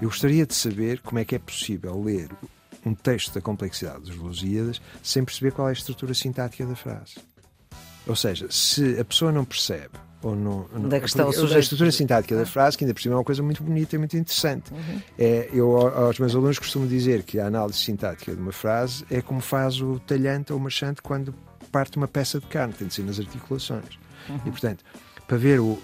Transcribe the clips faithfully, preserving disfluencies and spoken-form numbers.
Eu gostaria de saber como é que é possível ler um texto da complexidade dos Lusíadas sem perceber qual é a estrutura sintática da frase. Ou seja, se a pessoa não percebe ou não, não da questão, a estrutura sintática da frase, que ainda por cima é uma coisa muito bonita e muito interessante. Uhum. É, eu aos meus alunos costumo dizer que a análise sintática de uma frase é como faz o talhante ou o marchante quando parte uma peça de carne, tem de ser nas articulações. Uhum. E, portanto, para ver o,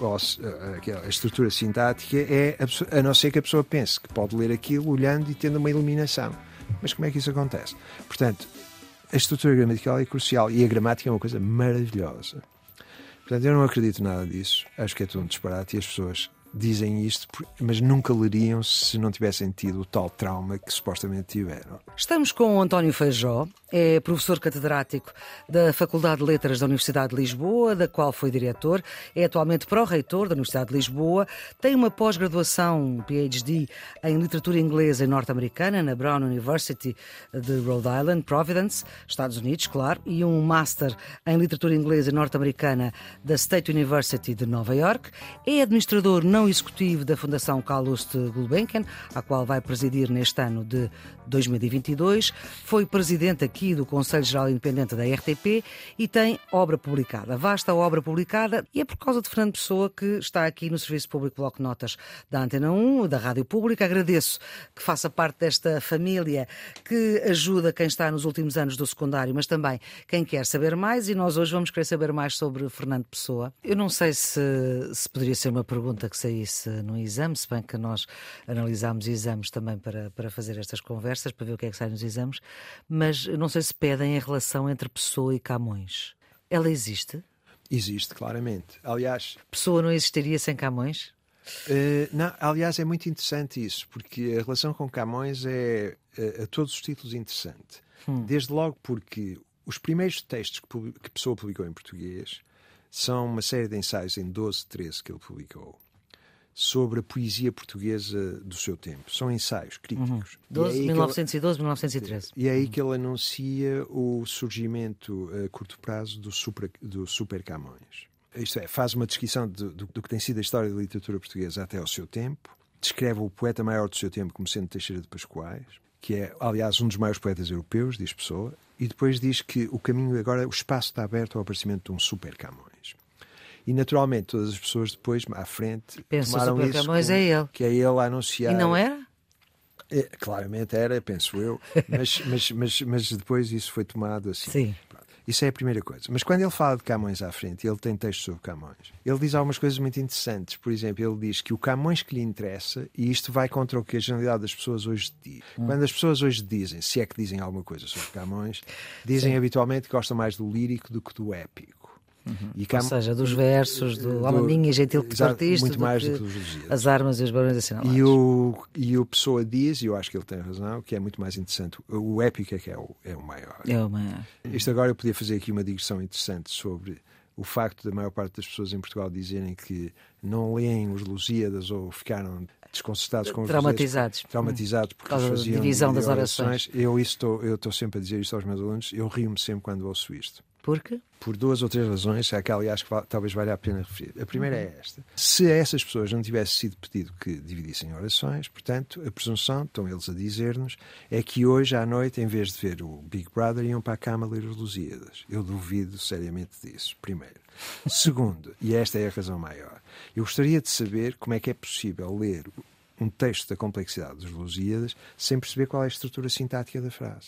a, a estrutura sintática é a, a não ser que a pessoa pense que pode ler aquilo olhando e tendo uma iluminação. Mas como é que isso acontece? Portanto, a estrutura gramatical é crucial e a gramática é uma coisa maravilhosa. Portanto, eu não acredito nada disso. Acho que é tudo um disparate e as pessoas dizem isto, mas nunca leriam se não tivessem tido o tal trauma que supostamente tiveram. Estamos com o António Feijó, é professor catedrático da Faculdade de Letras da Universidade de Lisboa, da qual foi diretor, é atualmente pró-reitor da Universidade de Lisboa, tem uma pós-graduação, um P H D, em literatura inglesa e norte-americana na Brown University de Rhode Island, Providence, Estados Unidos, claro, e um Master em literatura inglesa e norte-americana da State University de Nova York, é administrador não executivo da Fundação Calouste Gulbenkian, a qual vai presidir neste ano de dois mil e vinte e dois, foi presidente aqui do Conselho Geral Independente da R T P e tem obra publicada, vasta obra publicada, e é por causa de Fernando Pessoa que está aqui no Serviço Público Bloco de Notas da Antena um, da Rádio Pública. Agradeço que faça parte desta família que ajuda quem está nos últimos anos do secundário, mas também quem quer saber mais, e nós hoje vamos querer saber mais sobre Fernando Pessoa. Eu não sei se, se poderia ser uma pergunta que saísse no exame, se bem que nós analisámos exames também para, para fazer estas conversas, para ver o que é que sai nos exames, mas não sei se pedem a relação entre Pessoa e Camões. Ela existe? Existe, claramente. Aliás... Pessoa não existiria sem Camões? Uh, não, aliás, é muito interessante isso, porque a relação com Camões é, a, a todos os títulos, interessante. Hum. Desde logo porque os primeiros textos que, que Pessoa publicou em português são uma série de ensaios em doze, treze que ele publicou sobre a poesia portuguesa do seu tempo. São ensaios críticos. Uhum. doze, mil novecentos e doze, mil novecentos e treze. E é aí que ele anuncia o surgimento a curto prazo do super, do super Camões. Isto é, faz uma descrição do, do, do que tem sido a história da literatura portuguesa até ao seu tempo, descreve o poeta maior do seu tempo como sendo Teixeira de Pascoais, que é, aliás, um dos maiores poetas europeus, diz Pessoa, e depois diz que o caminho agora, o espaço está aberto ao aparecimento de um super Camões. E, naturalmente, todas as pessoas depois, à frente, pensam tomaram Super isso Camões como, é ele. que é ele a anunciar... E não era? É, claramente era, penso eu, mas, mas, mas, mas depois isso foi tomado assim. Sim. Pronto. Isso é a primeira coisa. Mas quando ele fala de Camões à frente, ele tem textos sobre Camões, ele diz algumas coisas muito interessantes. Por exemplo, ele diz que o Camões que lhe interessa, e isto vai contra o que a generalidade das pessoas hoje diz. Hum. Quando as pessoas hoje dizem, se é que dizem alguma coisa sobre Camões, dizem Sim. habitualmente que gostam mais do lírico do que do épico. Uhum. E Cam... Ou seja, dos versos, do, do Alma Gentil que partiste, muito mais do do que os as armas e os barões assinalados. E o, e o Pessoa diz, e eu acho que ele tem razão, que é muito mais interessante. O épico é que é o, é o maior. É o maior. Isto agora eu podia fazer aqui uma digressão interessante sobre o facto da maior parte das pessoas em Portugal dizerem que não leem os Lusíadas ou ficaram desconcertados com os traumatizados. Lusíadas, traumatizados porque os faziam divisão das orações. Eu estou sempre a dizer isto aos meus alunos, eu rio-me sempre quando ouço isto. Por quê? Por duas ou três razões, é que aliás que talvez valha a pena referir. A primeira é esta. Se a essas pessoas não tivesse sido pedido que dividissem orações, portanto, a presunção, estão eles a dizer-nos, é que hoje à noite, em vez de ver o Big Brother, iam para a cama ler os Lusíadas. Eu duvido seriamente disso, primeiro. Segundo, e esta é a razão maior, eu gostaria de saber como é que é possível ler um texto da complexidade dos Lusíadas sem perceber qual é a estrutura sintática da frase.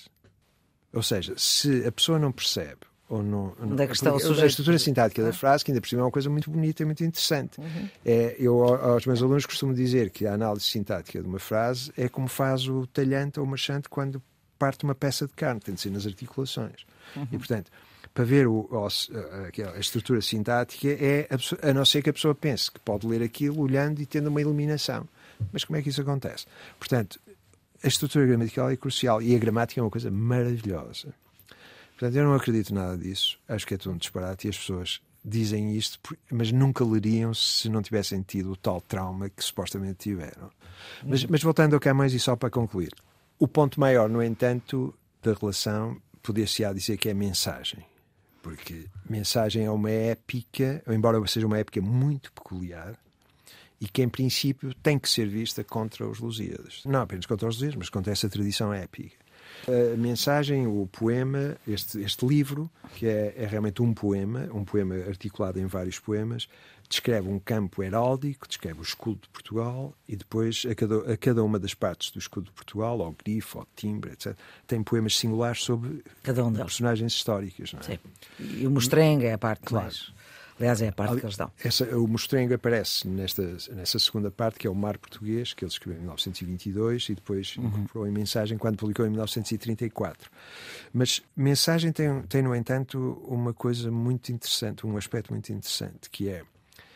Ou seja, se a pessoa não percebe ou não, não da questão, a estrutura sintática da frase, que ainda por cima é uma coisa muito bonita e muito interessante. Uhum. É, eu aos meus alunos costumo dizer que a análise sintática de uma frase é como faz o talhante ou o marchante quando parte uma peça de carne, tem de ser nas articulações. Uhum. E, portanto, para ver o, a, a estrutura sintática é, a, a não ser que a pessoa pense que pode ler aquilo olhando e tendo uma iluminação. Mas como é que isso acontece? Portanto, a estrutura gramatical é crucial e a gramática é uma coisa maravilhosa. Portanto, eu não acredito nada disso. Acho que é tudo um disparate e as pessoas dizem isto, mas nunca leriam se não tivessem tido o tal trauma que supostamente tiveram. Mas, mas voltando ao Camões, e só para concluir, o ponto maior, no entanto, da relação, poder-se-á dizer que é mensagem. Porque mensagem é uma épica, embora seja uma épica muito peculiar, e que, em princípio, tem que ser vista contra os Lusíadas. Não apenas contra os Lusíadas, mas contra essa tradição épica. A mensagem, o poema, este, este livro, que é, é realmente um poema, um poema articulado em vários poemas, descreve um campo heráldico, descreve o escudo de Portugal e depois a cada, a cada uma das partes do escudo de Portugal, ao grifo, ao timbre, etcétera, tem poemas singulares sobre cada um deles. Personagens históricas. Não é? Sim. E o mostrenga é a parte claro. mais... Aliás, é a parte Ali, que eles dão. Essa, o mostrengo aparece nesta, nessa segunda parte, que é o Mar Português, que ele escreveu em mil novecentos e vinte e dois e depois uhum. incorporou em Mensagem quando publicou em mil novecentos e trinta e quatro. Mas Mensagem tem, tem, no entanto, uma coisa muito interessante, um aspecto muito interessante, que é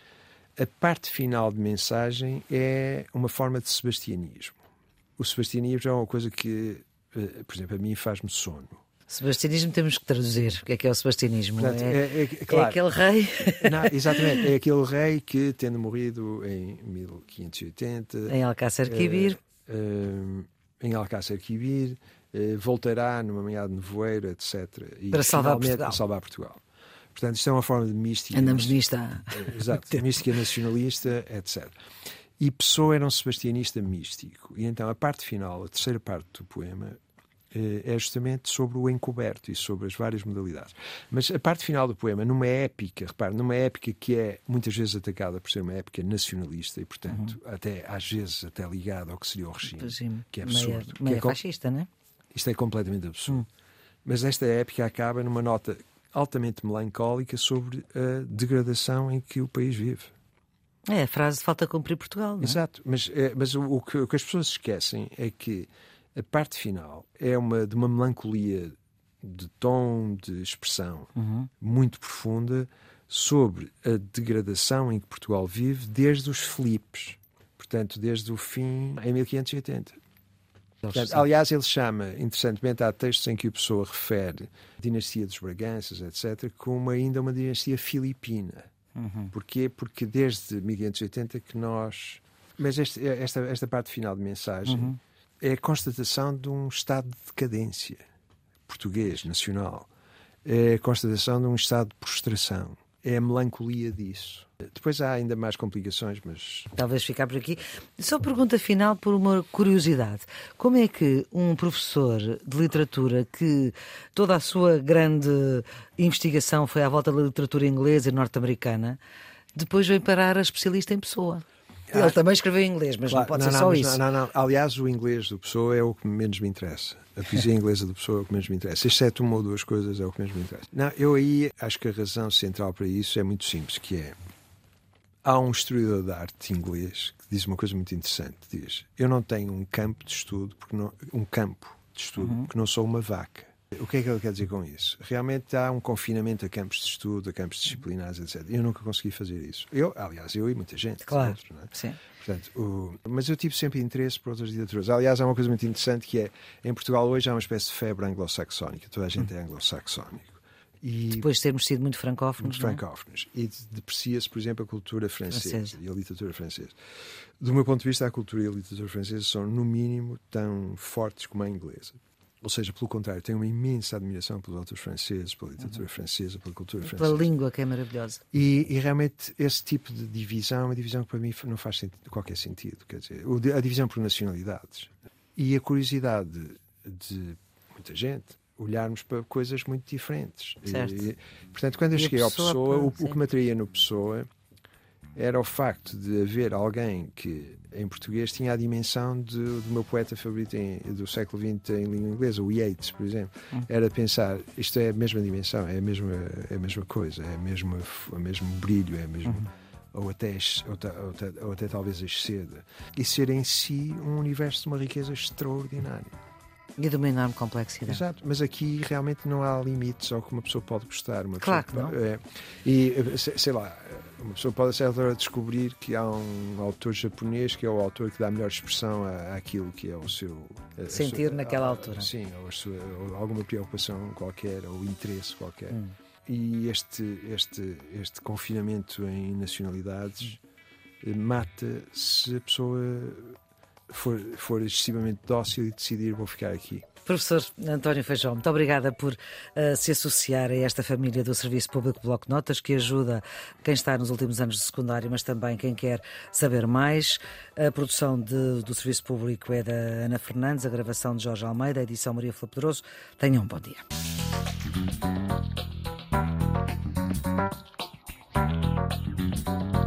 a parte final de Mensagem é uma forma de sebastianismo. O sebastianismo é uma coisa que, por exemplo, a mim faz-me sono. Sebastianismo temos que traduzir. O que é que é o sebastianismo? Portanto, é, é, é, claro, é aquele rei... Não, exatamente, é aquele rei que, tendo morrido em mil quinhentos e oitenta... Em Alcácer Quibir. Uh, uh, em Alcácer Quibir, uh, voltará numa manhada de nevoeiro, etcétera. E para salvar Portugal. Para salvar Portugal. Portanto, isto é uma forma de mística... Andamos nisto há... Exato, mística nacionalista, etcétera. E Pessoa era um sebastianista místico. E então a parte final, a terceira parte do poema... é justamente sobre o encoberto e sobre as várias modalidades. Mas a parte final do poema, numa épica, repare, numa épica que é muitas vezes atacada por ser uma épica nacionalista e, portanto, uhum. até às vezes até ligada ao que seria o regime, regime. que é absurdo. Meia, meia que é fascista, não é? Isto é completamente absurdo. Hum. Mas esta épica acaba numa nota altamente melancólica sobre a degradação em que o país vive. É a frase de falta cumprir Portugal, não é? Exato, mas, é, mas o, o, que, o que as pessoas esquecem é que a parte final é uma, de uma melancolia de tom, de expressão uhum. muito profunda sobre a degradação em que Portugal vive desde os Filipes, portanto, desde o fim em mil quinhentos e oitenta. Portanto, aliás, ele chama, interessantemente, há textos em que a pessoa refere a dinastia dos Braganças, etcétera, como ainda uma dinastia filipina. Uhum. Porquê? Porque desde mil quinhentos e oitenta que nós... Mas este, esta, esta parte final de Mensagem... Uhum. É a constatação de um estado de decadência português, nacional. É a constatação de um estado de prostração. É a melancolia disso. Depois há ainda mais complicações, mas... Talvez ficar por aqui. Só pergunta final por uma curiosidade. Como é que um professor de literatura que toda a sua grande investigação foi à volta da literatura inglesa e norte-americana, depois veio parar a especialista em Pessoa? Ele ah, também escreveu em inglês, mas claro, não pode não, ser não, só isso. Não, não, não. Aliás, o inglês do Pessoa é o que menos me interessa. A poesia inglesa do Pessoa é o que menos me interessa. Exceto uma ou duas coisas é o que menos me interessa. Não, eu aí acho que a razão central para isso é muito simples, que é... Há um historiador de arte inglês que diz uma coisa muito interessante. Diz, eu não tenho um campo de estudo, porque não, um campo de estudo, uhum. porque não sou uma vaca. O que é que ele quer dizer com isso? Realmente há um confinamento a campos de estudo, a campos disciplinares, etcétera. Eu nunca consegui fazer isso. Eu, aliás, eu e muita gente. Claro, outros, não é? Sim. Portanto, o... Mas eu tive sempre interesse por outras literaturas. Aliás, há uma coisa muito interessante que é, em Portugal hoje há uma espécie de febre anglo-saxónica. Toda a gente hum. é anglo-saxónico. E... Depois de termos sido muito francófonos. Muito francófonos. É? E deprecia-se, por exemplo, a cultura francesa, francesa e a literatura francesa. Do meu ponto de vista, a cultura e a literatura francesa são, no mínimo, tão fortes como a inglesa. Ou seja, pelo contrário, tenho uma imensa admiração pelos autores franceses, pela literatura uhum. francesa, pela cultura francesa. Pela língua, que é maravilhosa. E, e realmente esse tipo de divisão é uma divisão que para mim não faz sentido, qualquer sentido. Quer dizer, a divisão por nacionalidades. E a curiosidade de muita gente olharmos para coisas muito diferentes. Certo. E, portanto, quando eu e cheguei ao Pessoa, o, o que me atraía no Pessoa era o facto de haver alguém que, em português, tinha a dimensão de, do meu poeta favorito em, do século vinte em língua inglesa, o Yeats, por exemplo. Hum. Era pensar, isto é a mesma dimensão, é a mesma, é a mesma coisa, é a mesma, o mesmo brilho, é a mesma, uhum. ou, até, ou, ou, até, ou até talvez exceda. E ser em si um universo de uma riqueza extraordinária. E de uma enorme complexidade. Exato, mas aqui realmente não há limites ao que uma pessoa pode gostar. Uma claro que pessoa, não. É, e, sei lá, uma pessoa pode, a certa hora, descobrir que há um autor japonês que é o autor que dá a melhor expressão à, àquilo que é o seu... Sentir sua, naquela a, altura. Sim, ou, a sua, ou alguma preocupação qualquer, ou interesse qualquer. Hum. E este, este, este confinamento em nacionalidades hum. mata se a pessoa... for, for excessivamente dócil e decidir vou ficar aqui. Professor António Feijó, muito obrigada por uh, se associar a esta família do Serviço Público Bloco de Notas, que ajuda quem está nos últimos anos de secundário, mas também quem quer saber mais. A produção de, do Serviço Público é da Ana Fernandes, a gravação de Jorge Almeida, a edição Maria Flor Pedroso. Tenham um bom dia. Thank you.